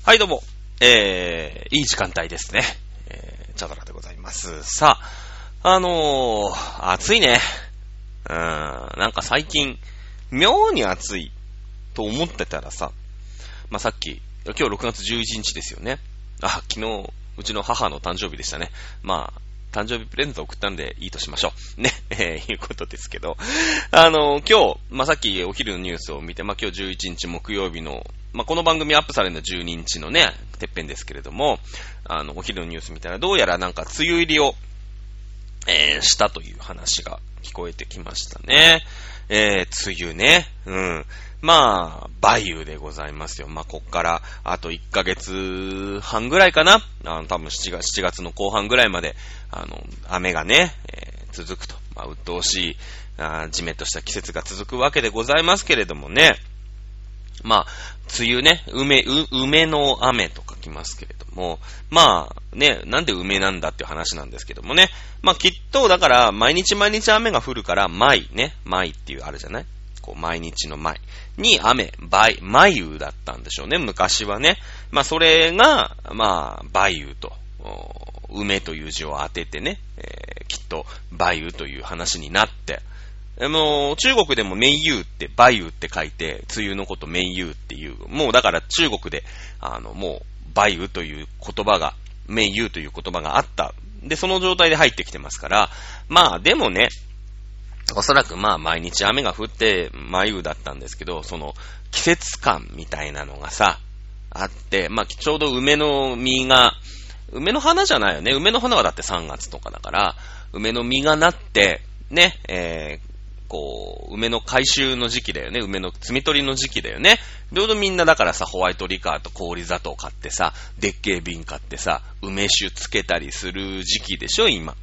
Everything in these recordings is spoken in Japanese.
はいどうも、いい時間帯ですね。チャドラでございます。さあ、暑いね。なんか最近、妙に暑いと思ってたらさ、まあ、さっき、今日6月11日ですよね。昨日、うちの母の誕生日でしたね。まあ、誕生日プレゼントを送ったんでいいとしましょう。ね、いうことですけど。今日、まあ、さっきお昼のニュースを見て、まあ、今日11日木曜日の、まあ、この番組アップされるのは12日のね、てっぺんですけれども、お昼のニュース見たらどうやらなんか梅雨入りを、したという話が聞こえてきましたね。梅雨ね。まあ、梅雨でございますよ。まあ、こっから、あと1ヶ月半ぐらいかな。多分7月の後半ぐらいまで、雨がね、続くと。まあ、鬱陶しい、じめっとした季節が続くわけでございますけれどもね。まあ、梅雨ね、梅の雨と書きますけれども、まあ、ね、なんで梅なんだっていう話なんですけどもね。まあ、きっと、だから、毎日雨が降るから、舞っていうあるじゃない？こう、毎日の舞に雨、梅雨だったんでしょうね、昔はね。まあ、それが、まあ、梅雨と、梅という字を当ててね、きっと、梅雨という話になって、中国でも梅雨って梅雨って書いて、梅雨のこと梅雨っていう、もうだから中国で、もう梅雨という言葉が、梅雨という言葉があった。で、その状態で入ってきてますから、まあでもね、おそらくまあ毎日雨が降って梅雨だったんですけど、その季節感みたいなのがさ、あって、まあちょうど梅の実が、梅の花じゃないよね。梅の花はだって3月とかだから、梅の実がなって、ね、こう、梅の回収の時期だよね。梅の摘み取りの時期だよね。ちょうどみんなだからさ、ホワイトリカーと氷砂糖買ってさ、でっけえ瓶買ってさ、梅酒つけたりする時期でしょ、今。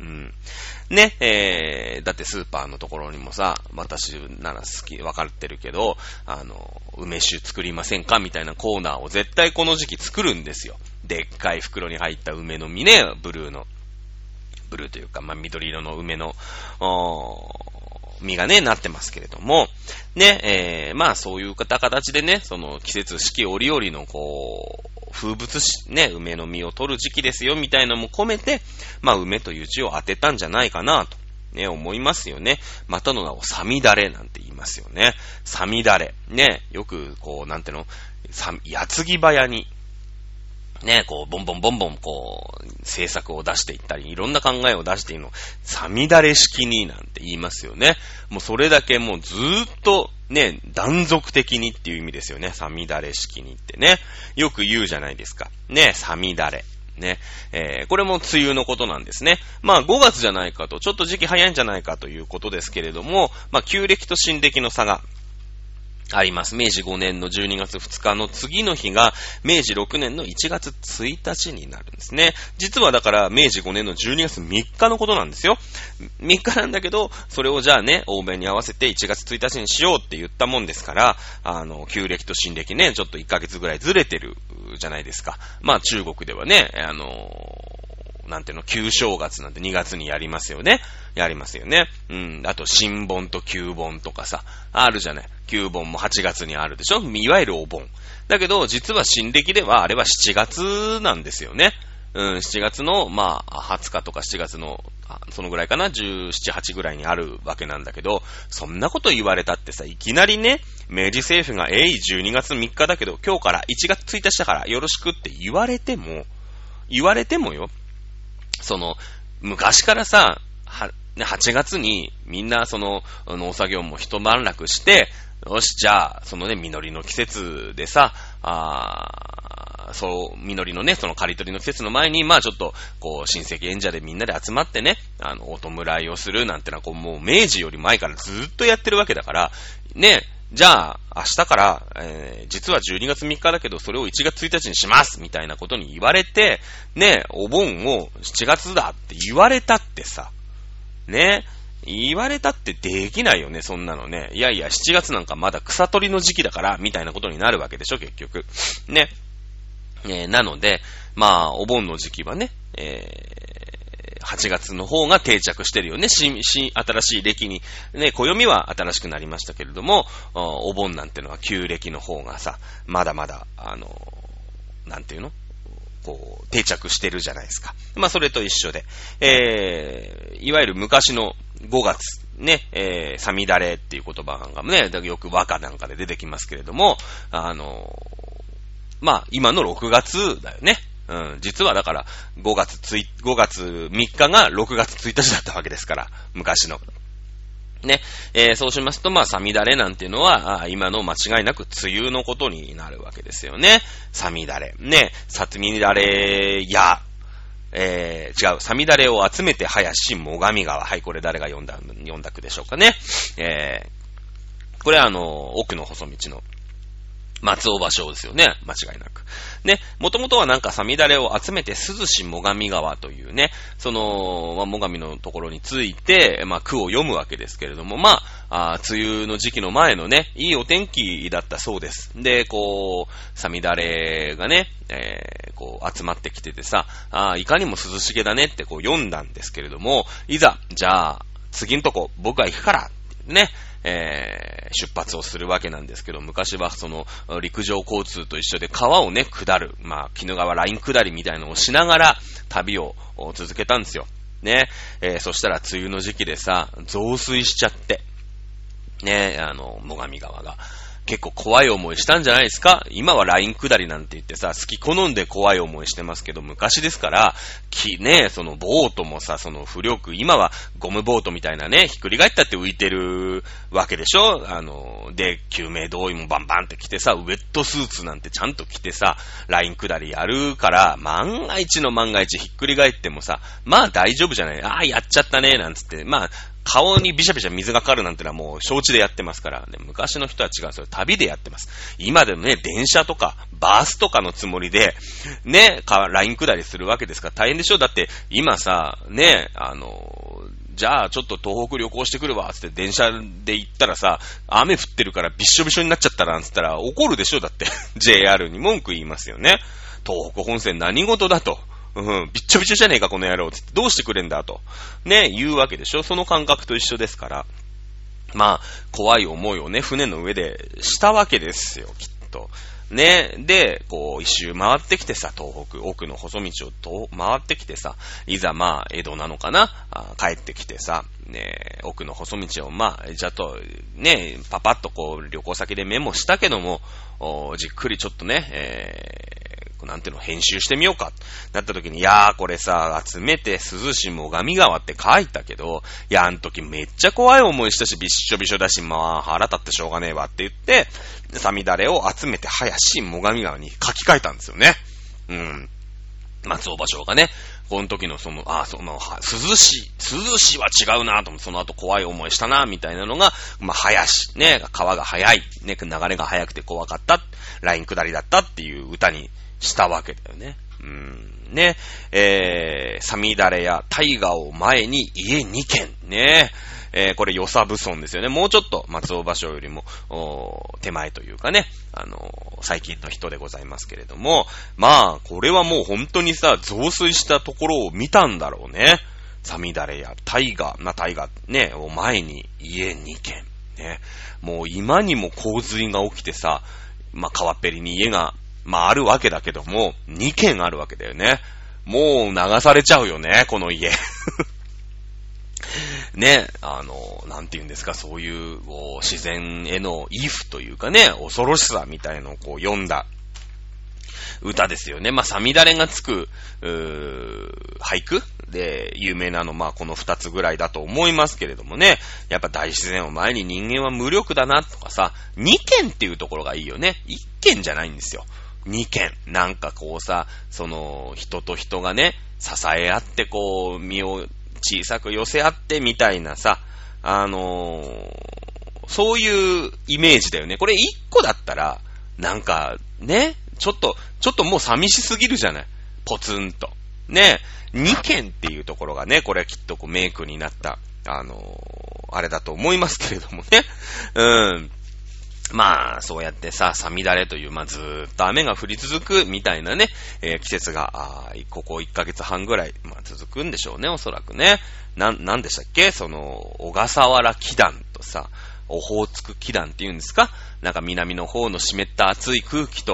ね、だってスーパーのところにもさ、私なら好き、わかってるけど、梅酒作りませんかみたいなコーナーを絶対この時期作るんですよ。でっかい袋に入った梅の実ね、ブルーというか、まあ、緑色の梅の、実がね、なってますけれども、ね、まあそういう形でね、その季節四季折々のこう、風物詩、ね、梅の実を取る時期ですよ、みたいなのも込めて、まあ梅という字を当てたんじゃないかな、と、ね、思いますよね。またの名をさみだれなんて言いますよね。さみだれ。ね、よくなんていうの、矢継ぎ早に、ね、こう、ボンボン、こう、政策を出していったり、いろんな考えを出しているの、さみだれ式になんて言いますよね。もうそれだけもうずーっと、ね、断続的にっていう意味ですよね。さみだれ式にってね。よく言うじゃないですか。ね、さみだれ。ね、これも梅雨のことなんですね。まあ5月じゃないかと、ちょっと時期早いんじゃないかということですけれども、まあ旧暦と新暦の差が、あります。明治5年の12月2日の次の日が、明治6年の1月1日になるんですね。実はだから、明治5年の12月3日のことなんですよ。3日なんだけど、それをじゃあね、欧米に合わせて1月1日にしようって言ったもんですから、旧暦と新暦ね、ちょっと1ヶ月ぐらいずれてるじゃないですか。まあ中国ではね、なんていうの、旧正月なんて2月にやりますよね。あと、新盆と旧盆とかさ、あるじゃない。旧盆も8月にあるでしょ。いわゆるお盆。だけど、実は新暦では、あれは7月なんですよね。7月の、まあ、20日とか7月の、そのぐらいかな、17、8ぐらいにあるわけなんだけど、そんなこと言われたってさ、いきなりね、明治政府が、12月3日だけど、今日から1月1日だからよろしくって言われてもよ、昔からさ、8月にみんな農作業も一段落して、よし、じゃあ、実りの季節でさ、実りのね、刈り取りの季節の前に、まあちょっと、こう、親戚縁者でみんなで集まってね、お弔いをするなんてのは、もう明治より前からずっとやってるわけだから、ね、じゃあ、明日から、実は12月3日だけど、それを1月1日にしますみたいなことに言われて、ね、お盆を7月だって言われたってさ、ね、言われたってできないよね、そんなのね。いやいや、7月なんかまだ草取りの時期だから、みたいなことになるわけでしょ、結局。ね。なので、まあ、お盆の時期はね、8月の方が定着してるよね。新しい暦に、ね、暦は新しくなりましたけれども、お盆なんてのは旧暦の方がさ、まだまだ、 なんていうのこう、定着してるじゃないですか。まあ、それと一緒で、いわゆる昔の5月、ね、サミダレっていう言葉がね、よく和歌なんかで出てきますけれども、まあ、今の6月だよね。うん、実はだから、5月3日が6月1日だったわけですから、昔の。ね、そうしますと、まあ、サミダレなんていうのは、今の間違いなく梅雨のことになるわけですよね。サミダレ。ね、サミダレや、違う、サミダレを集めて林最上川。はい、これ誰が読んだ句でしょうかね。これは奥の細道の松尾芭蕉ですよね。間違いなく。ね、もともとはなんかサミダレを集めて涼し最上川というね、その、まあ、最上のところについて、まあ、句を読むわけですけれども、まあ、梅雨の時期の前のね、いいお天気だったそうです。で、こう、サミダレがね、こう、集まってきててさ、いかにも涼しげだねってこう読んだんですけれども、いざ、じゃあ、次のとこ、僕が行くから、ってね、出発をするわけなんですけど、昔はその陸上交通と一緒で川をね下る、まあ鬼怒川ライン下りみたいなのをしながら旅を続けたんですよ。ね、そしたら梅雨の時期でさ増水しちゃってね、最上川が結構怖い思いしたんじゃないですか。今はライン下りなんて言ってさ、好き好んで怖い思いしてますけど、昔ですから、ね、そのボートもさ、その浮力、今はゴムボートみたいなね、ひっくり返ったって浮いてるわけでしょ。で、救命胴衣もバンバンって着てさ、ウェットスーツなんてちゃんと着てさ、ライン下りやるから、万が一の万が一ひっくり返ってもさ、まあ大丈夫じゃない。やっちゃったね、なんつって、まあ、顔にビシャビシャ水がかかるなんてのはもう承知でやってますから、ね、昔の人は違う、それ旅でやってます。今でもね、電車とかバスとかのつもりで、ね、ライン下りするわけですから大変でしょ。だって今さ、ね、じゃあちょっと東北旅行してくるわ、つって電車で行ったらさ、雨降ってるからびっしょびしょになっちゃったら、なんつったら怒るでしょ。だって、JR に文句言いますよね。東北本線何事だと。びっちょびちょじゃねえかこの野郎つってどうしてくれんだとね言うわけでしょ。その感覚と一緒ですから、まあ怖い思いをね船の上でしたわけですよきっとね。でこう一周回ってきてさ、東北奥の細道を回ってきてさ、いざまあ江戸なのかな、帰ってきてさね、奥の細道をまあじゃとねパパッとこう旅行先でメモしたけども、じっくりちょっとねなんていうの編集してみようかなった時に、いやーこれさ集めて涼し最上川って書いたけど、いやあの時めっちゃ怖い思いしたしびっしょびしょだし、まあ腹立ってしょうがねえわって言ってサミダレを集めて林最上川に書き換えたんですよね。松尾芭蕉がね、この時のその涼しは違うなと思って、その後怖い思いしたなみたいなのが、まあ林ね、川が速いね、流れが速くて怖かった、ライン下りだったっていう歌にしたわけだよね。ね、サミダレや大河を前に家2軒ね、これ与謝蕪村ですよね。もうちょっと松尾芭蕉よりも手前というかね、最近の人でございますけれども、まあこれはもう本当にさ増水したところを見たんだろうね。サミダレや大河ねを前に家2軒ね、もう今にも洪水が起きてさ、まあ川っぺりに家がまああるわけだけども、2軒あるわけだよね。もう流されちゃうよね、この家。ね、なんて言うんですか、そういう自然への畏怖というかね、恐ろしさみたいのをこう読んだ歌ですよね。まあ、サミダレがつく、俳句で有名なの、まあ、この2つぐらいだと思いますけれどもね。やっぱ大自然を前に人間は無力だなとかさ、2軒っていうところがいいよね。1軒じゃないんですよ。2軒。なんかこうさ、その人と人がね、支え合ってこう、身を小さく寄せ合ってみたいなさ、そういうイメージだよね。これ1個だったら、なんかね、ちょっともう寂しすぎるじゃない。ポツンと。ね、2軒っていうところがね、これきっとこうメイクになった、あれだと思いますけれどもね。まあ、そうやってさ、サミダレという、まあ、ずーっと雨が降り続くみたいなね、季節が、ここ1ヶ月半ぐらい、まあ、続くんでしょうね、おそらくね。なんでしたっけ、その、小笠原気団とさ、オホーツク気団っていうんですか、なんか南の方の湿った暑い空気と、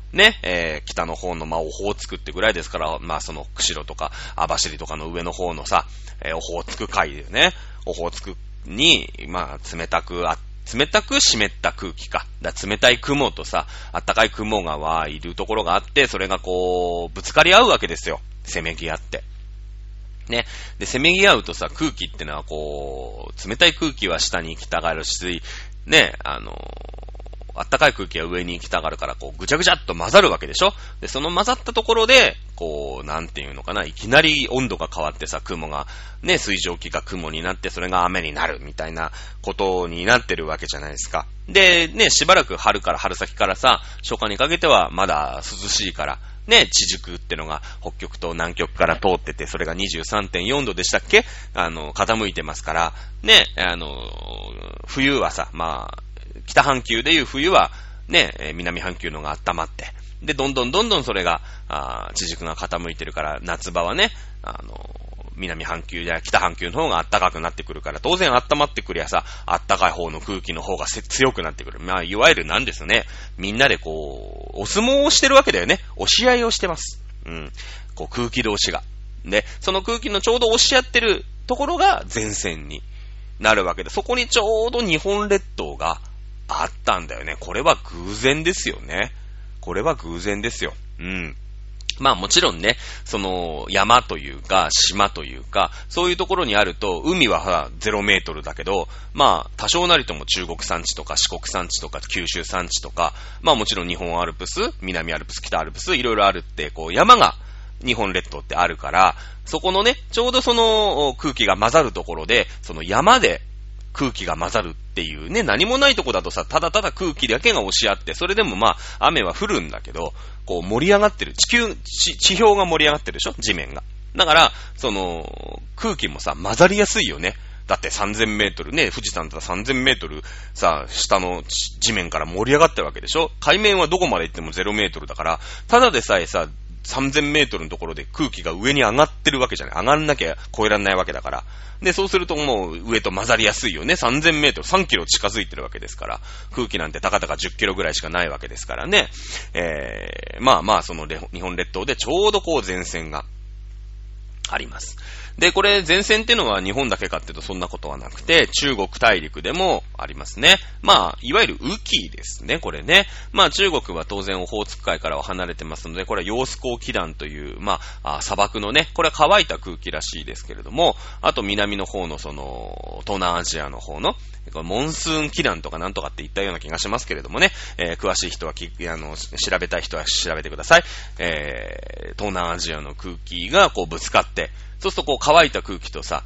ね、北の方の、まあ、オホーツクってぐらいですから、まあ、その、釧路とか、網走とかの上の方のさ、オホーツク海でね、オホーツクに、まあ、冷たく湿った空気か。冷たい雲とさ、暖かい雲がいるところがあって、それがこう、ぶつかり合うわけですよ。せめぎ合って。ね。で、せめぎ合うとさ、空気ってのはこう、冷たい空気は下に行きたがるし、ね、暖かい空気は上に行きたがるから、こう、ぐちゃぐちゃっと混ざるわけでしょ。で、その混ざったところで、こう、なんていうのかな、いきなり温度が変わってさ、雲が、ね、水蒸気が雲になって、それが雨になるみたいなことになってるわけじゃないですか。で、ね、しばらく春先からさ、初夏にかけてはまだ涼しいから、ね、地軸ってのが北極と南極から通ってて、それが 23.4 度でしたっけ？傾いてますから、ね、冬はさ、まあ、北半球でいう冬は、ね、南半球のが温まって、で、どんどんそれが、地軸が傾いてるから、夏場はね、南半球や北半球の方が暖かくなってくるから、当然温まってくりゃさ、暖かい方の空気の方が強くなってくる。まあ、いわゆるなんですね。みんなでこう、お相撲をしてるわけだよね。押し合いをしてます。うん。こう、空気同士が。で、その空気のちょうど押し合ってるところが前線になるわけで、そこにちょうど日本列島があったんだよね。これは偶然ですよね。これは偶然ですよ。うん。まあもちろんね、その山というか島というか、そういうところにあると、海は0メートルだけど、まあ多少なりとも中国山地とか四国山地とか九州山地とか、まあもちろん日本アルプス、南アルプス、北アルプス、いろいろあるって、こう山が日本列島ってあるから、そこのね、ちょうどその空気が混ざるところで、その山で空気が混ざるっていうね、何もないとこだとさ、ただただ空気だけが押し合って、それでもまあ、雨は降るんだけど、こう盛り上がってる、地表が盛り上がってるでしょ、地面が。だから、その、空気もさ、混ざりやすいよね。だって3000メートルね、富士山だったら3000メートルさ、下の地面から盛り上がってるわけでしょ。海面はどこまで行っても0メートルだから、ただでさえさ、3000メートルのところで空気が上に上がってるわけじゃない。上がんなきゃ超えられないわけだから。で、そうするともう上と混ざりやすいよね。3000メートル、3キロ近づいてるわけですから。空気なんてたかたか10キロぐらいしかないわけですからね。まあまあ、その日本列島でちょうどこう前線があります。で、これ前線っていうのは日本だけかっていうとそんなことはなくて、中国大陸でもありますね。まあ、いわゆる雨季ですね、これね。まあ中国は当然オホーツク海からは離れてますので、これは揚子江気団という、まあ、砂漠のね、これは乾いた空気らしいですけれども、あと南の方のその、東南アジアの方の、モンスーン気団とかなんとかって言ったような気がしますけれどもね、詳しい人は調べたい人は調べてください。東南アジアの空気がこうぶつかって、そうするとこう乾いた空気とさ、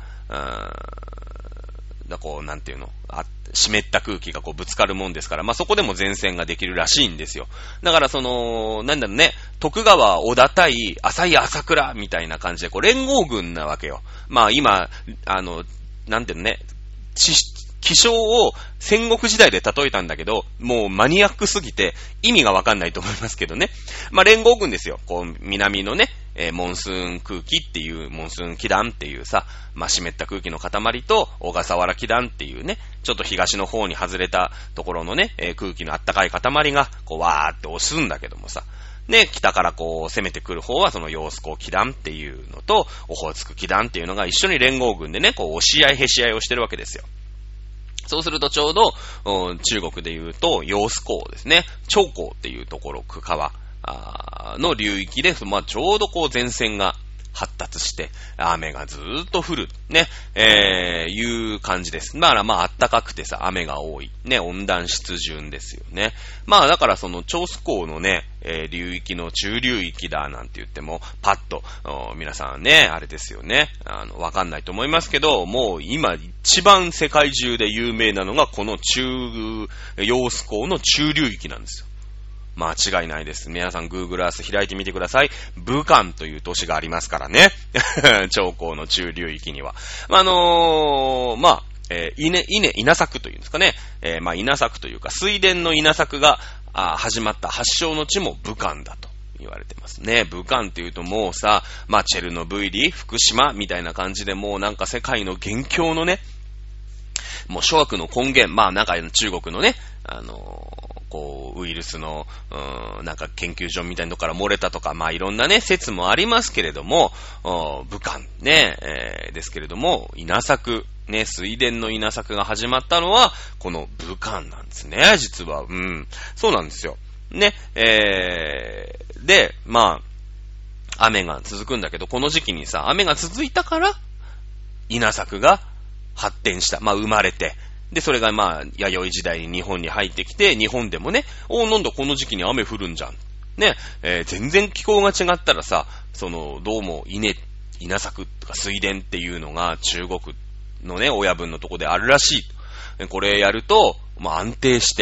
こうなんていうの、湿った空気がこうぶつかるもんですから、まあ、そこでも前線ができるらしいんですよ。だからその、なんだろうね、徳川織田対浅井朝倉みたいな感じで、こう連合軍なわけよ。まあ今、なんていうのね、気象を戦国時代で例えたんだけど、もうマニアックすぎて意味がわかんないと思いますけどね。まあ連合軍ですよ。こう南のね、モンスーン空気っていう、モンスーン気団っていうさ、まあ湿った空気の塊と小笠原気団っていうね、ちょっと東の方に外れたところのね、空気のあったかい塊がこうわーって押すんだけどもさ、ね、北からこう攻めてくる方はその揚子江気団っていうのとオホーツク気団っていうのが一緒に連合軍でね、こう押し合いへし合いをしてるわけですよ。そうするとちょうど中国でいうと揚子江ですね、長江っていうところ川の流域で、まあ、ちょうどこう前線が発達して雨がずーっと降るね、いう感じです。だからまあ暖かくてさ雨が多いね、温暖湿潤ですよね。まあだからその長子江のね、流域の中流域だなんて言ってもパッと皆さんねあれですよね、わかんないと思いますけど、もう今一番世界中で有名なのがこの揚子江の中流域なんですよ。間違いないです。皆さん Google Earth 開いてみてください。武漢という都市がありますからね。長江の中流域には。稲作というんですかね。まあ稲作というか水田の稲作が始まった発祥の地も武漢だと言われてますね。武漢っていうともうさ、まあチェルノブイリ、福島みたいな感じでもうなんか世界の元凶のね、もう諸悪の根源、まあなんか中国のね、 こう、ウイルスの、なんか研究所みたいなとこから漏れたとか、まあいろんなね、説もありますけれども、武漢ね、ですけれども、稲作、ね、水田の稲作が始まったのは、この武漢なんですね、実は。そうなんですよ。ね、で、まあ、雨が続くんだけど、この時期にさ、雨が続いたから、稲作が発展した。まあ、生まれて。で、それがまあ、弥生時代に日本に入ってきて、日本でもね、なんだこの時期に雨降るんじゃん。ね、全然気候が違ったらさ、どうも稲作とか水田っていうのが中国のね、親分のとこであるらしい。これやると、まあ安定して、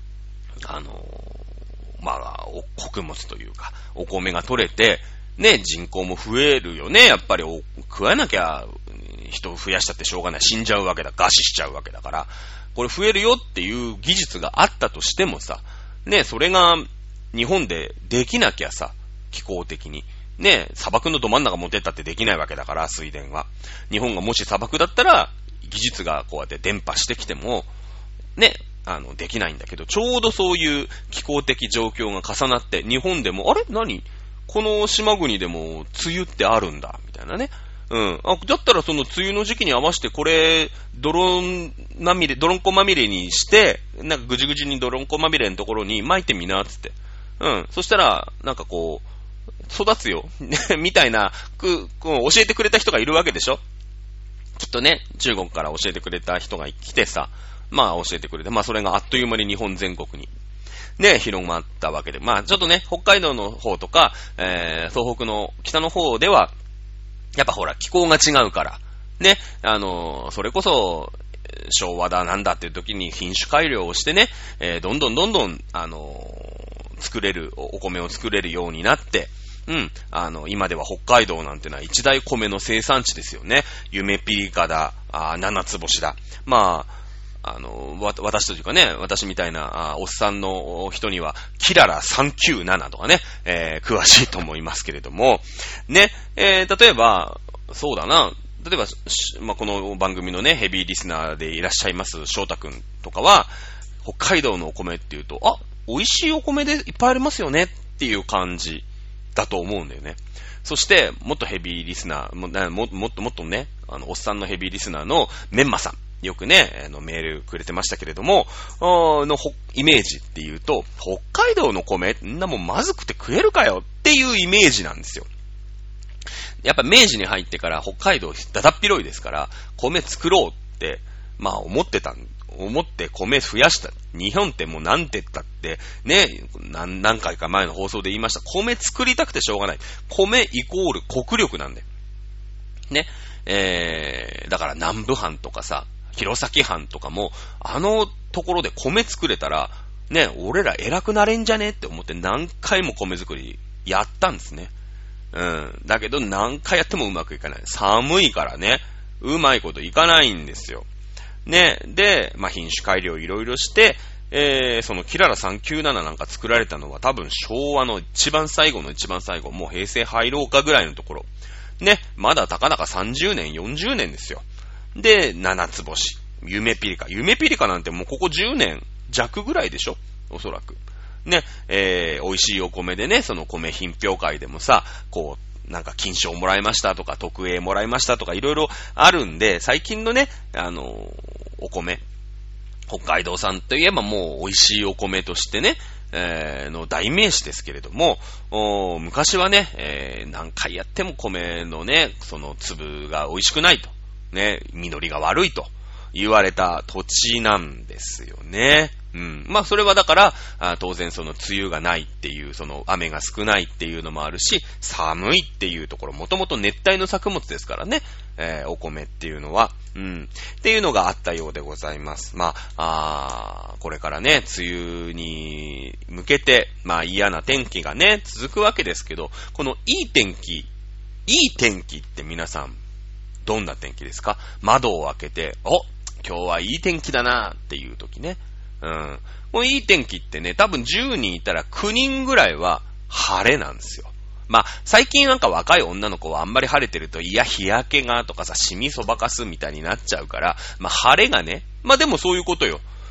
まあ、穀物というか、お米が取れて、ね、人口も増えるよね。やっぱり食わなきゃ人を増やしたってしょうがない。死んじゃうわけだ。餓死しちゃうわけだから。これ増えるよっていう技術があったとしてもさ、ね、それが日本でできなきゃさ、気候的に。ね、砂漠のど真ん中持ってったってできないわけだから、水田は。日本がもし砂漠だったら、技術がこうやって伝播してきても、ね、できないんだけど、ちょうどそういう気候的状況が重なって、日本でも、あれ何この島国でも梅雨ってあるんだ、みたいなね。だったらその梅雨の時期に合わせてこれ、泥んこまみれにして、なんかぐじぐじに泥んこまみれのところに巻いてみな、つって。そしたら、なんかこう、育つよ。みたいな、教えてくれた人がいるわけでしょ。きっとね、中国から教えてくれた人が来てさ、まあ教えてくれて、まあそれがあっという間に日本全国に、ね、広まったわけで。まあちょっとね、北海道の方とか、東北の北の方では、やっぱほら、気候が違うから、ね、それこそ、昭和だなんだっていう時に品種改良をしてね、どんどん、作れる、お米を作れるようになって、今では北海道なんてのは一大米の生産地ですよね。夢ピリカだ、七つ星だ。まあ、私というかね、私みたいな、おっさんの人には、キララ397とかね、詳しいと思いますけれども、ね、例えば、そうだな、例えば、まあ、この番組のね、ヘビーリスナーでいらっしゃいます、翔太くんとかは、北海道のお米っていうと、美味しいお米でいっぱいありますよねっていう感じだと思うんだよね。そして、もっとヘビーリスナー、もっとね、おっさんのヘビーリスナーのメンマさん。よくね、メールくれてましたけれども、イメージっていうと、北海道の米、んなもんまずくて食えるかよっていうイメージなんですよ。やっぱ明治に入ってから北海道だだっ広いですから、米作ろうって、まあ思って米増やした。日本ってもうなんて言ったって、ね、何回か前の放送で言いました。米作りたくてしょうがない。米イコール国力なんで。ね。だから南部藩とかさ、弘前藩とかも、ところで米作れたら、ね、俺ら偉くなれんじゃねって思って何回も米作りやったんですね。だけど何回やってもうまくいかない。寒いからね、うまいこといかないんですよ。ね、で、まあ、品種改良いろいろして、そのキララ397なんか作られたのは多分昭和の一番最後、もう平成入ろうかぐらいのところ。ね、まだたかだか30年、40年ですよ。で、七つ星、夢ピリカなんてもうここ10年弱ぐらいでしょ、おそらく。ね、美味しいお米でね、その米品評会でもさ、こう、なんか金賞もらいましたとか、特 A もらいましたとか、いろいろあるんで、最近のね、お米、北海道産といえばもう美味しいお米としてね、の代名詞ですけれども、昔はね、何回やっても米のね、その粒が美味しくないと。ね、実りが悪いと言われた土地なんですよね。まあそれはだから当然その梅雨がないっていう、その雨が少ないっていうのもあるし、寒いっていうところ、もともと熱帯の作物ですからね、お米っていうのは、っていうのがあったようでございます。まあ、これからね、梅雨に向けて、まあ嫌な天気がね、続くわけですけど、このいい天気って皆さん、どんな天気ですか？窓を開けて、今日はいい天気だなっていう時ね。もういい天気ってね、多分10人いたら9人ぐらいは晴れなんですよ。まあ、最近なんか若い女の子はあんまり晴れてると、いや、日焼けがとかさ、シミそばかすみたいになっちゃうから、まあ、晴れがね、まあでもそういうことよ。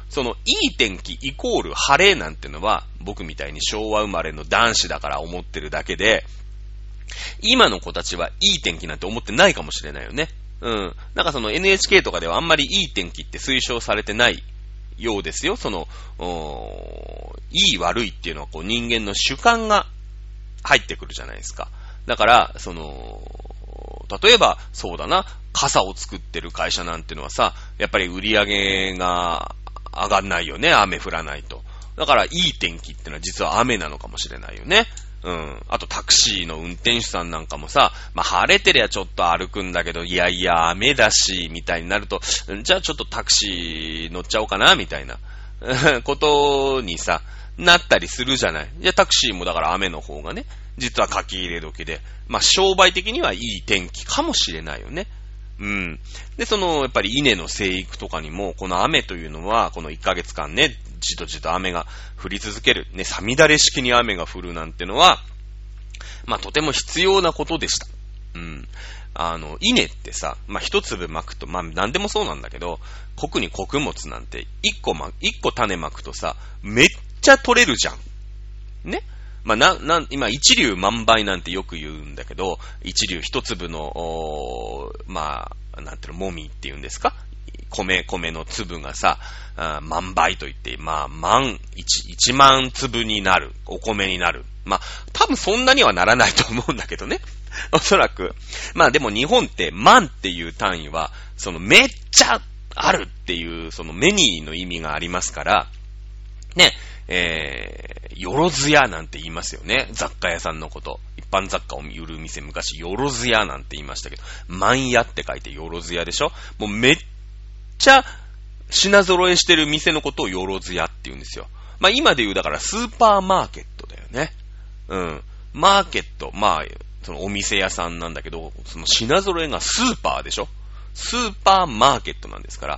そのいい天気イコール晴れなんてのは、僕みたいに昭和生まれの男子だから思ってるだけで、今の子たちはいい天気なんて思ってないかもしれないよね。なんかその NHK とかではあんまりいい天気って推奨されてないようですよ。その、いい悪いっていうのはこう人間の主観が入ってくるじゃないですか。だから、その、例えば、そうだな、傘を作ってる会社なんてのはさ、やっぱり売り上げが上がんないよね、雨降らないと。だから、いい天気ってのは実は雨なのかもしれないよね。あとタクシーの運転手さんなんかもさ、晴れてりゃちょっと歩くんだけど、いやいや雨だし、みたいになると、じゃあちょっとタクシー乗っちゃおうかな、みたいなことにさ、なったりするじゃない。いや、タクシーもだから雨の方がね、実は書き入れ時で、商売的にはいい天気かもしれないよね。で、やっぱり稲の生育とかにも、この雨というのは、この1ヶ月間ね、じとじと雨が降り続ける。ね、さみだれ式に雨が降るなんてのは、とても必要なことでした。稲ってさ、一粒まくと、なんでもそうなんだけど、特に穀物なんて、一個種まくとさ、めっちゃ取れるじゃん。ね。今、一粒万倍なんてよく言うんだけど、一粒一粒の、なんていうの、もみっていうんですか？米の粒がさ、万倍といって、一万粒になる、お米になる。多分そんなにはならないと思うんだけどね。おそらく。でも日本って万っていう単位は、そのめっちゃあるっていう、そのメニーの意味がありますから、ね、よろずやなんて言いますよね。雑貨屋さんのこと。一般雑貨を売る店、昔、よろずやなんて言いましたけど、万屋って書いてよろずやでしょ？もうめっちゃ品揃えしてる店のことをよろずやって言うんですよ。今で言うだからスーパーマーケットだよね。マーケット、そのお店屋さんなんだけど、その品揃えがスーパーでしょ？スーパーマーケットなんですから、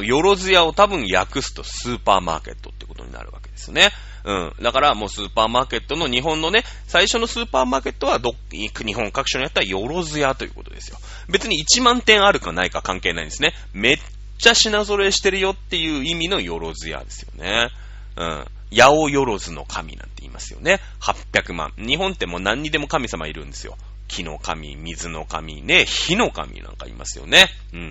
よろずやを多分訳すとスーパーマーケットってことになるわけですね。だからもうスーパーマーケットの日本のね、最初のスーパーマーケットは日本各所にあったよろずやということですよ。別に1万点あるかないか関係ないんですね。めっちゃ品揃えしてるよっていう意味のよろずやですよね。八百万の神なんて言いますよね。800万。日本ってもう何にでも神様いるんですよ。木の神、水の神、ね、火の神なんかいますよね。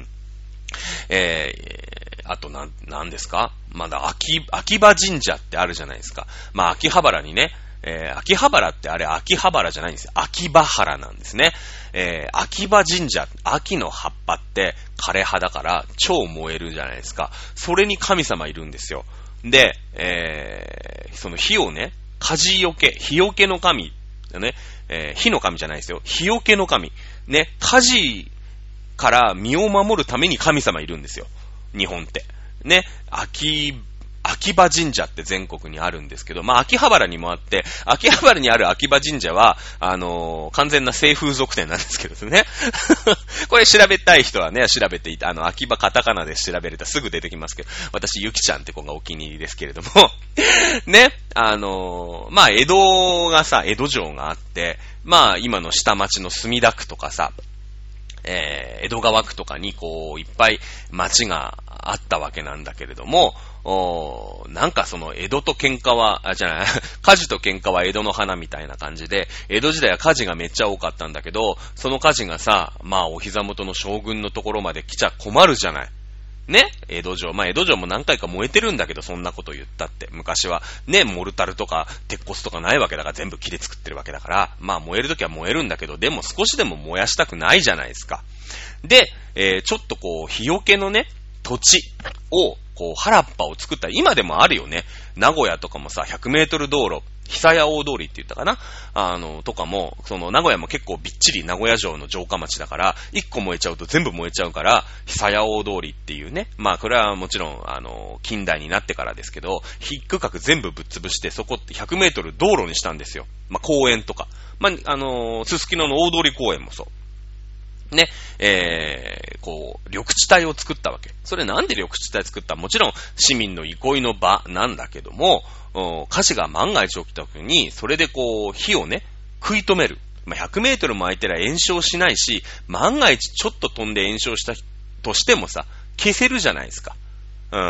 あと何ですか？まだ秋葉神社ってあるじゃないですか。秋葉原にね、秋葉原ってあれ秋葉原じゃないんですよ。秋葉原なんですね。秋葉神社、秋の葉っぱって枯葉だから超燃えるじゃないですか。それに神様いるんですよ。で、その火をね、火よけの神、ね、火の神じゃないですよ。火よけの神。ね、火事から身を守るために神様いるんですよ。日本って。ね、秋葉神社って全国にあるんですけど、秋葉原にもあって、秋葉原にある秋葉神社は、完全な性風俗店なんですけどね。これ調べたい人はね、調べていた、秋葉カタカナで調べれたらすぐ出てきますけど、私、ゆきちゃんって子がお気に入りですけれども、ね、江戸城があって、今の下町の墨田区とかさ、江戸川区とかにこういっぱい町があったわけなんだけれども、なんかその江戸と喧嘩は、火事と喧嘩は江戸の花みたいな感じで、江戸時代は火事がめっちゃ多かったんだけど、その火事がさ、お膝元の将軍のところまで来ちゃ困るじゃない。ね、江戸城。江戸城も何回か燃えてるんだけど、そんなこと言ったって。昔は、ね、モルタルとか、鉄骨とかないわけだから、全部木で作ってるわけだから、燃えるときは燃えるんだけど、でも少しでも燃やしたくないじゃないですか。で、ちょっとこう、日よけのね、土地を、こう、原っぱを作ったら、今でもあるよね。名古屋とかもさ、100メートル道路、久屋大通りって言ったかなとかも、その名古屋も結構びっちり名古屋城の城下町だから、1個燃えちゃうと全部燃えちゃうから、久屋大通りっていうね、これはもちろん、近代になってからですけど、一区画全部ぶっ潰して、そこって100メートル道路にしたんですよ。公園とか。すすきのの大通公園もそう。ね、こう、緑地帯を作ったわけ。それなんで緑地帯作った？もちろん市民の憩いの場なんだけども、火事が万が一起きた時に、それでこう、火をね、食い止める。100メートルも空いてら炎症しないし、万が一ちょっと飛んで炎症したとしてもさ、消せるじゃないですか。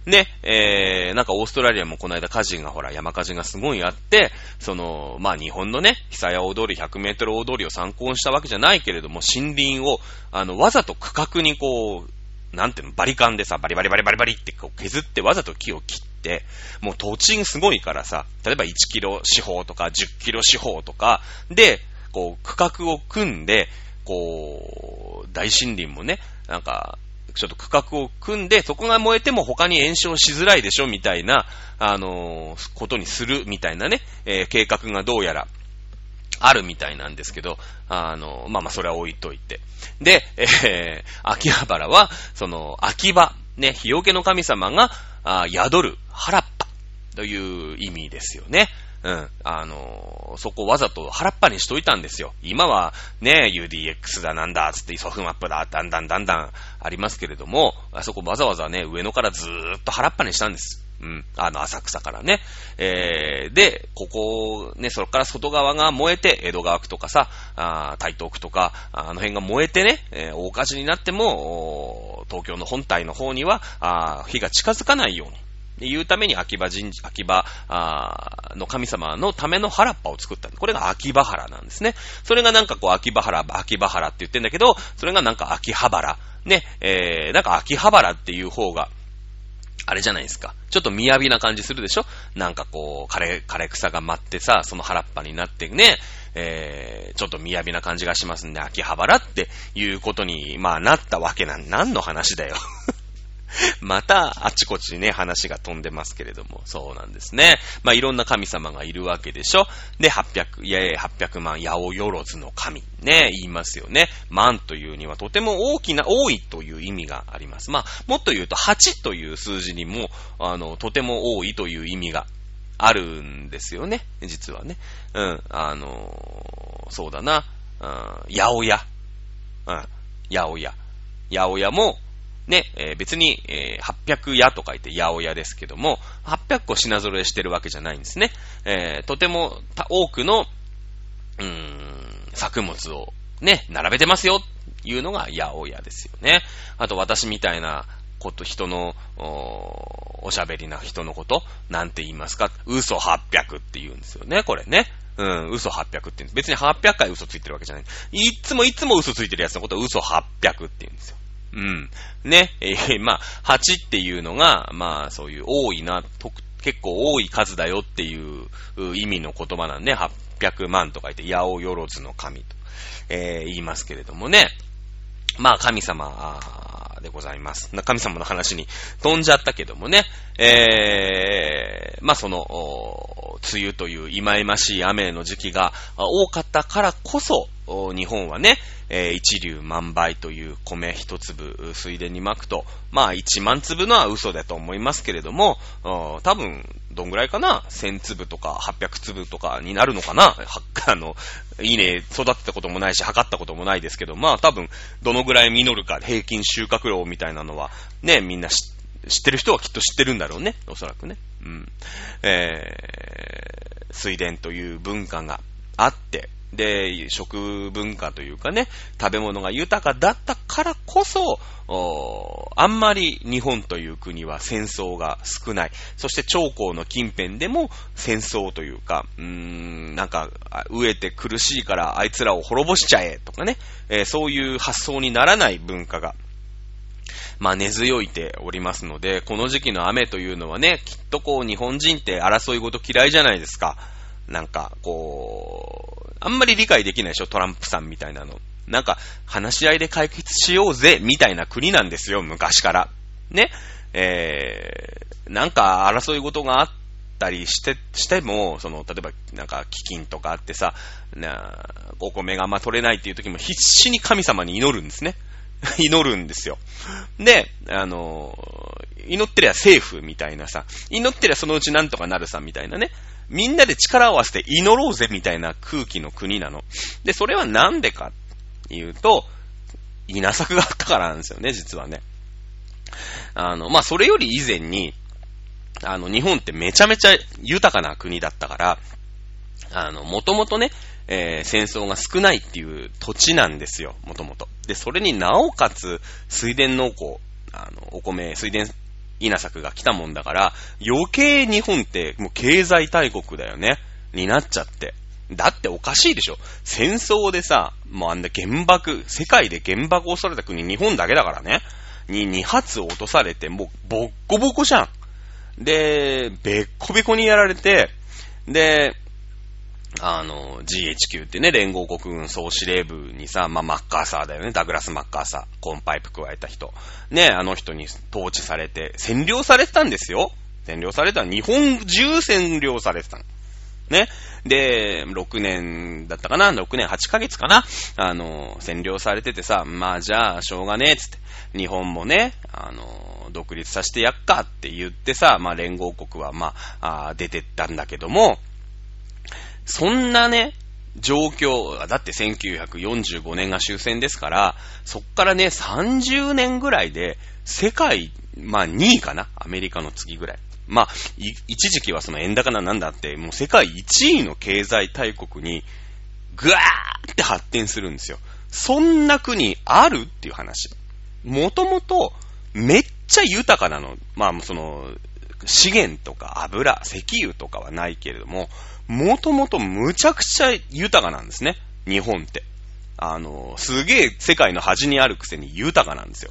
ね、なんかオーストラリアもこの間火事が山火事がすごいあって、まあ日本のね、久屋大通り100メートル大通りを参考にしたわけじゃないけれども、森林を、わざと区画にこう、なんていうの、バリカンでさ、バリバリバリバリバリってこう削ってわざと木を切って、もう土地すごいからさ、例えば1キロ四方とか10キロ四方とかで、こう区画を組んで、こう、大森林もね、なんか、ちょっと区画を組んで、そこが燃えても他に延焼しづらいでしょみたいな、ことにするみたいなね、計画がどうやらあるみたいなんですけど、まあ、それは置いといて。で、秋葉原は、秋葉、ね、日よけの神様が、宿る原っぱという意味ですよね。うん。そこをわざと原っぱにしといたんですよ。今はね、UDX だなんだつってソフマップだ、だんだんありますけれども、あそこわざわざね、上野からずーっと原っぱにしたんです。うん。浅草からね。で、ここ、ね、それから外側が燃えて、江戸川区とかさ、台東区とか、辺が燃えてね、大火事になっても、東京の本体の方には、火が近づかないように。いうために秋葉の神様のための原っぱを作った。これが秋葉原なんですね。それがなんかこう秋葉原って言ってんだけど、それがなんか秋葉原。ね、なんか秋葉原っていう方が、あれじゃないですか。ちょっと雅な感じするでしょ？なんかこう、枯れ草が舞ってさ、その原っぱになってね、ちょっと雅な感じがしますんで、秋葉原っていうことに、まあなったわけ何の話だよ。また、あちこちね、話が飛んでますけれども、そうなんですね。まあ、いろんな神様がいるわけでしょ。で、800万、八百万の神。ね、言いますよね。万というにはとても多いという意味があります。まあ、もっと言うと、8という数字にも、とても多いという意味があるんですよね。実はね。うん、そうだな。八百屋。うん、八百屋。八百屋も、ね、別に、800屋と書いて八百屋ですけども、800個品揃えしてるわけじゃないんですね。とても多くの、作物をね、並べてますよ、いうのが八百屋ですよね。あと私みたいな人の、おしゃべりな人のこと、なんて言いますか、嘘800って言うんですよね、これね。嘘800って言うんです。別に800回嘘ついてるわけじゃない。いつも嘘ついてるやつのことを嘘800って言うんですよ。うん。ね。まあ、8っていうのが、まあ、そういう多いな、結構多い数だよっていう意味の言葉なんで、800万と書いて、八百万の神と、言いますけれどもね。まあ、神様でございます。神様の話に飛んじゃったけどもね。まあ、梅雨という忌々しい雨の時期が多かったからこそ、日本はね、一粒万倍という米一粒水田にまくと、まあ1万粒のは嘘だと思いますけれども、多分、どんぐらいかな ?1000 粒とか800粒とかになるのかないいね、育てたこともないし、測ったこともないですけど、まあ多分、どのぐらい実るか、平均収穫量みたいなのは、ね、みんな知ってる人はきっと知ってるんだろうね。おそらくね。うん。水田という文化があって、で、食文化というかね、食べ物が豊かだったからこそ、あんまり日本という国は戦争が少ない。そして長江の近辺でも戦争というか、なんか、飢えて苦しいからあいつらを滅ぼしちゃえとかね、そういう発想にならない文化が、まあ根強いておりますので、この時期の雨というのはね、きっとこう日本人って争い事嫌いじゃないですか。なんか、こう、あんまり理解できないでしょ、トランプさんみたいなの。なんか、話し合いで解決しようぜ、みたいな国なんですよ、昔から。ね。なんか、争い事があったりしても、例えば、なんか、飢饉とかあってさ、お米があんま取れないっていう時も必死に神様に祈るんですね。祈るんですよ。で、祈ってりゃセーフみたいなさ、祈ってりゃそのうちなんとかなるさみたいなね。みんなで力を合わせて祈ろうぜみたいな空気の国なの。で、それはなんでかっていうと、稲作があったからなんですよね、実はね。まあ、それより以前に、日本ってめちゃめちゃ豊かな国だったから、もともとね、戦争が少ないっていう土地なんですよ、もともと。で、それになおかつ、水田農耕、お米、水田稲作が来たもんだから、余計日本ってもう経済大国だよね。になっちゃって。だっておかしいでしょ。戦争でさ、もうあんな原爆、世界で原爆を恐れた国日本だけだからね。に2発落とされて、もうボッコボコじゃん。で、べっこべこにやられて、で、GHQ ってね、連合国軍総司令部にさ、マッカーサーだよね。ダグラス・マッカーサー。コーンパイプ加えた人。ね、あの人に統治されて、占領されてたんですよ。占領された日本中占領されてたの。ね。で、6年だったかな ?6 年8ヶ月かな占領されててさ、まあじゃあ、しょうがねえ、つって。日本もね、独立させてやっかって言ってさ、まあ連合国は出てったんだけども、そんなね、状況、だって1945年が終戦ですから、そっからね、30年ぐらいで、世界、2位かなアメリカの次ぐらい。一時期はその円高なんだって、もう世界1位の経済大国に、ぐわーって発展するんですよ。そんな国あるっていう話。もともと、めっちゃ豊かなの。資源とか油、石油とかはないけれども、もともとむちゃくちゃ豊かなんですね。日本って。すげえ世界の端にあるくせに豊かなんですよ。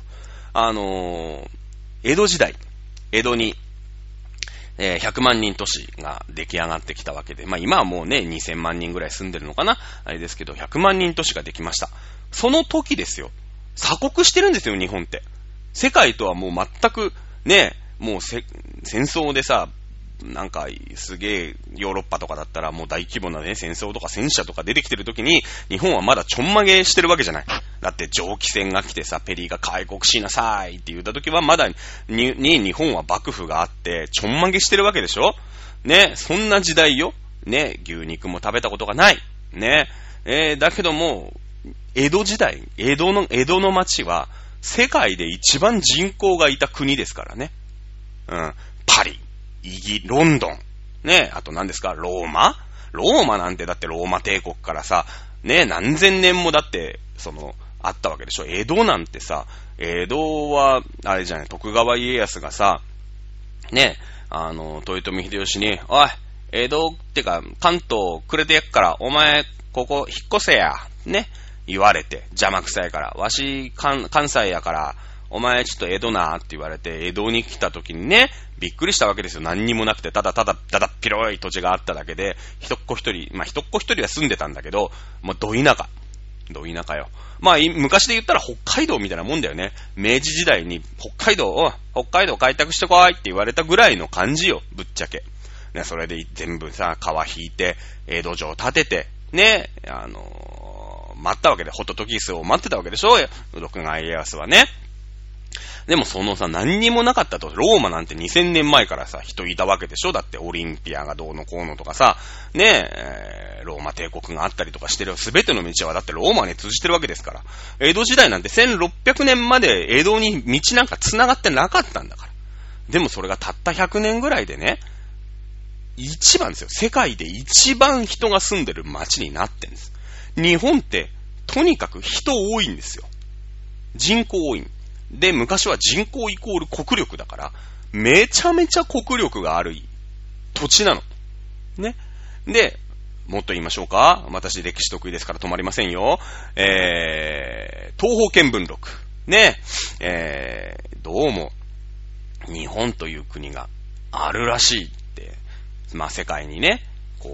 江戸時代、江戸に、100万人都市が出来上がってきたわけで、今はもうね、2000万人ぐらい住んでるのかなあれですけど、100万人都市ができました。その時ですよ。鎖国してるんですよ、日本って。世界とはもう全く、ね、もう戦争でさ、なんか、すげえ、ヨーロッパとかだったらもう大規模なね、戦争とか戦車とか出てきてる時に、日本はまだちょんまげしてるわけじゃない。だって蒸気船が来てさ、ペリーが開国しなさいって言った時はまだ日本は幕府があって、ちょんまげしてるわけでしょね、そんな時代よ。ね、牛肉も食べたことがない。ね、だけども、江戸時代、江戸の町は、世界で一番人口がいた国ですからね。パリ。ロンドン。ね、あと何ですかローマなんてだってローマ帝国からさ、ね、何千年もだって、あったわけでしょ。江戸なんてさ、江戸は、あれじゃない、徳川家康がさ、ね、豊臣秀吉に、おい、江戸ってか、関東くれてやっから、お前、ここ引っ越せや、ね、言われて、邪魔くさいから、わし、関西やから、お前ちょっと江戸なーって言われて、江戸に来た時にね、びっくりしたわけですよ。何にもなくて、ただっ広い土地があっただけで、一っ子一人は住んでたんだけど、ど田舎よ。昔で言ったら北海道みたいなもんだよね。明治時代に北海道開拓してこいって言われたぐらいの感じよ、ぶっちゃけ。ね、それで全部さ、川引いて、江戸城建てて、ね、待ったわけで、ホトトギスを待ってたわけでしょ、徳川家康はね。でも何にもなかったと、ローマなんて2000年前からさ、人いたわけでしょ。だってオリンピアがどうのこうのとかさ、ねローマ帝国があったりとかしてる、すべての道はだってローマに通じてるわけですから。江戸時代なんて1600年まで江戸に道なんか繋がってなかったんだから。でもそれがたった100年ぐらいでね、一番ですよ。世界で一番人が住んでる街になってんです。日本って、とにかく人多いんですよ。人口多い。で、昔は人口イコール国力だから、めちゃめちゃ国力がある土地なの。ね。で、もっと言いましょうか。私歴史得意ですから止まりませんよ。東方見聞録。ね。どうも、日本という国があるらしいって、世界にね、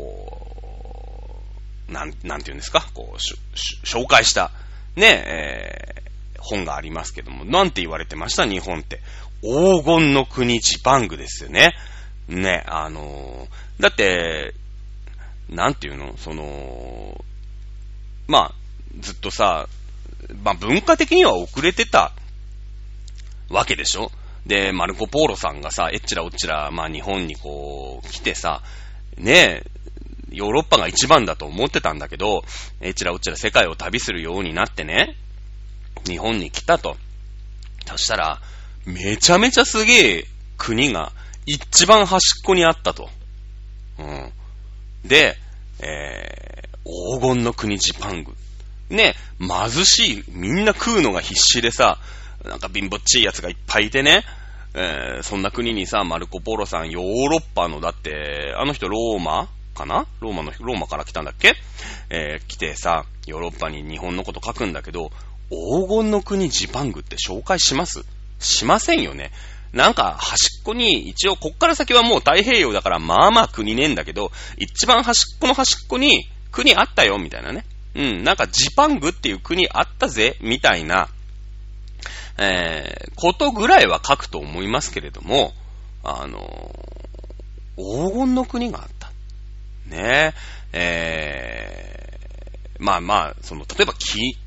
なんて言うんですか、紹介した、ね、本がありますけども、なんて言われてました、日本って。黄金の国ジパングですよね。ね、だって、なんていうのずっとさ、文化的には遅れてたわけでしょ。で、マルコ・ポーロさんがさ、えっちらおっちら、日本に来てさ、ね、ヨーロッパが一番だと思ってたんだけど、えっちらおっちら世界を旅するようになってね、日本に来たと。そしたら、めちゃめちゃすげえ国が一番端っこにあったと。で、黄金の国ジパング。ね、貧しい、みんな食うのが必死でさ、なんか貧乏っちいやつがいっぱいいてね、 そんな国にさ、マルコ・ポロさん、ヨーロッパの、だって、あの人ローマかな？ローマから来たんだっけ？来てさ、ヨーロッパに日本のこと書くんだけど、黄金の国ジパングって紹介します？しませんよね。なんか端っこに、一応こっから先はもう太平洋だからまあまあ国ねえんだけど、一番端っこの端っこに国あったよみたいなね。なんかジパングっていう国あったぜみたいな、ことぐらいは書くと思いますけれども、黄金の国があった。ねまあまあ、例えば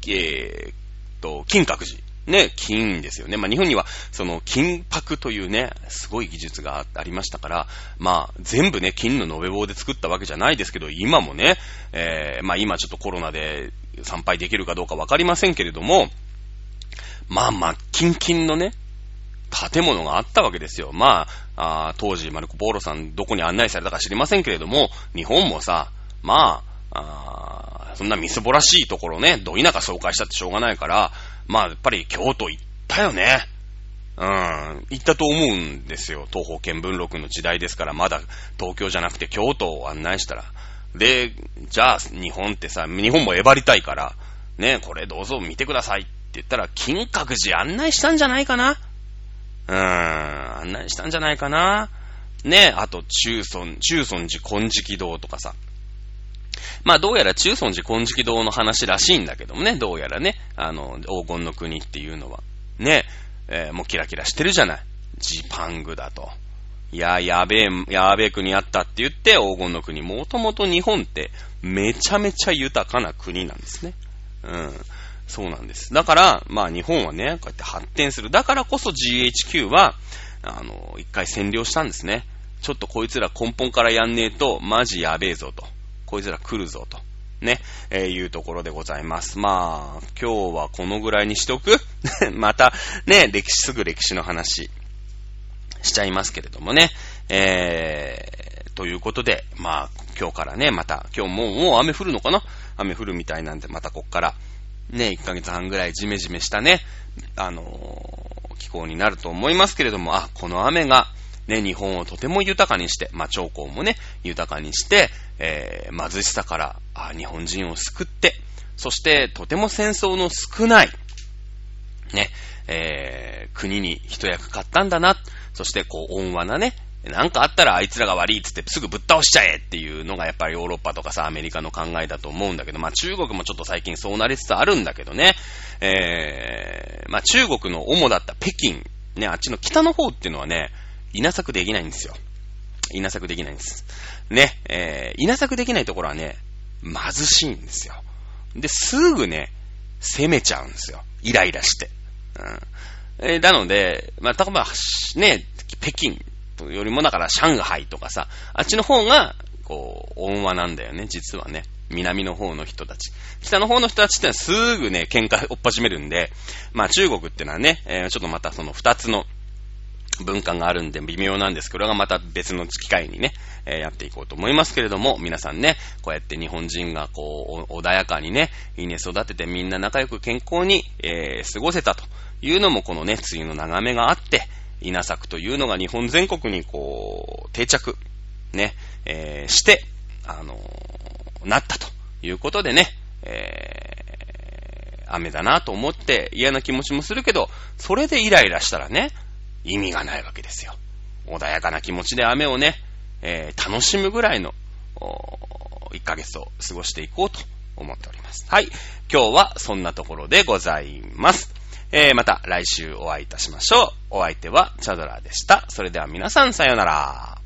金閣寺。ね、金ですよね。まあ日本には、金箔というね、すごい技術がありましたから、まあ全部ね、金の延べ棒で作ったわけじゃないですけど、今もね、まあ今ちょっとコロナで参拝できるかどうかわかりませんけれども、まあ、キンキンのね、建物があったわけですよ。まあ、当時マルコ・ポーロさんどこに案内されたか知りませんけれども、日本もさ、まあ、そんなみすぼらしいところね、ど田舎紹介したってしょうがないから、まあ、やっぱり京都行ったよね。行ったと思うんですよ。東方見聞録の時代ですから、まだ東京じゃなくて京都を案内したら。で、じゃあ、日本ってさ、日本もえばりたいから、ね、これどうぞ見てくださいって言ったら、金閣寺案内したんじゃないかな？案内したんじゃないかな？ね、あと、中尊寺金色堂とかさ。まあどうやら中尊寺金色堂の話らしいんだけどもね、どうやらね、黄金の国っていうのは。ね、もうキラキラしてるじゃない。ジパングだと。やべえ国あったって言って黄金の国。もともと日本ってめちゃめちゃ豊かな国なんですね。そうなんです。だから、まあ日本はね、こうやって発展する。だからこそ GHQ は、一回占領したんですね。ちょっとこいつら根本からやんねえと、マジやべえぞと。こいつら来るぞと。ね、いうところでございます。まあ、今日はこのぐらいにしとくまた、ね、すぐ歴史の話しちゃいますけれどもね。ということで、まあ、今日からね、また、今日もう雨降るのかな？雨降るみたいなんで、またこっから、ね、1ヶ月半ぐらいジメジメしたね、気候になると思いますけれども、この雨が、ね、日本をとても豊かにして、まあ、長江もね、豊かにして、貧しさから、日本人を救って、そして、とても戦争の少ない、ね、国に一役買ったんだな。そして、温和なね、なんかあったらあいつらが悪いっつってすぐぶっ倒しちゃえっていうのがやっぱりヨーロッパとかさ、アメリカの考えだと思うんだけど、まあ中国もちょっと最近そうなりつつあるんだけどね。まあ中国の主だった北京、ね、あっちの北の方っていうのはね、稲作できないんですよ。稲作できないんです。ね、稲作できないところはね、貧しいんですよ。で、すぐね、攻めちゃうんですよ。イライラして。なので、まあ、例えば、ね、北京よりもだから上海とかさ、あっちの方が、温和なんだよね、実はね。南の方の人たち。北の方の人たちってのはすぐね、喧嘩をっ始めるんで、まあ中国ってのはね、ちょっとまたその二つの文化があるんで微妙なんですけど、これがまた別の機会にね、やっていこうと思いますけれども、皆さんね、こうやって日本人が穏やかにね、稲育ててみんな仲良く健康に、過ごせたというのもこのね、梅雨の眺めがあって、稲作というのが日本全国に定着、ね、して、なったということでね、雨だなと思って嫌な気持ちもするけど、それでイライラしたらね、意味がないわけですよ。穏やかな気持ちで雨をね、楽しむぐらいの1ヶ月を過ごしていこうと思っております。はい。今日はそんなところでございます。また来週お会いいたしましょう。お相手はチャドラーでした。それでは皆さんさようなら。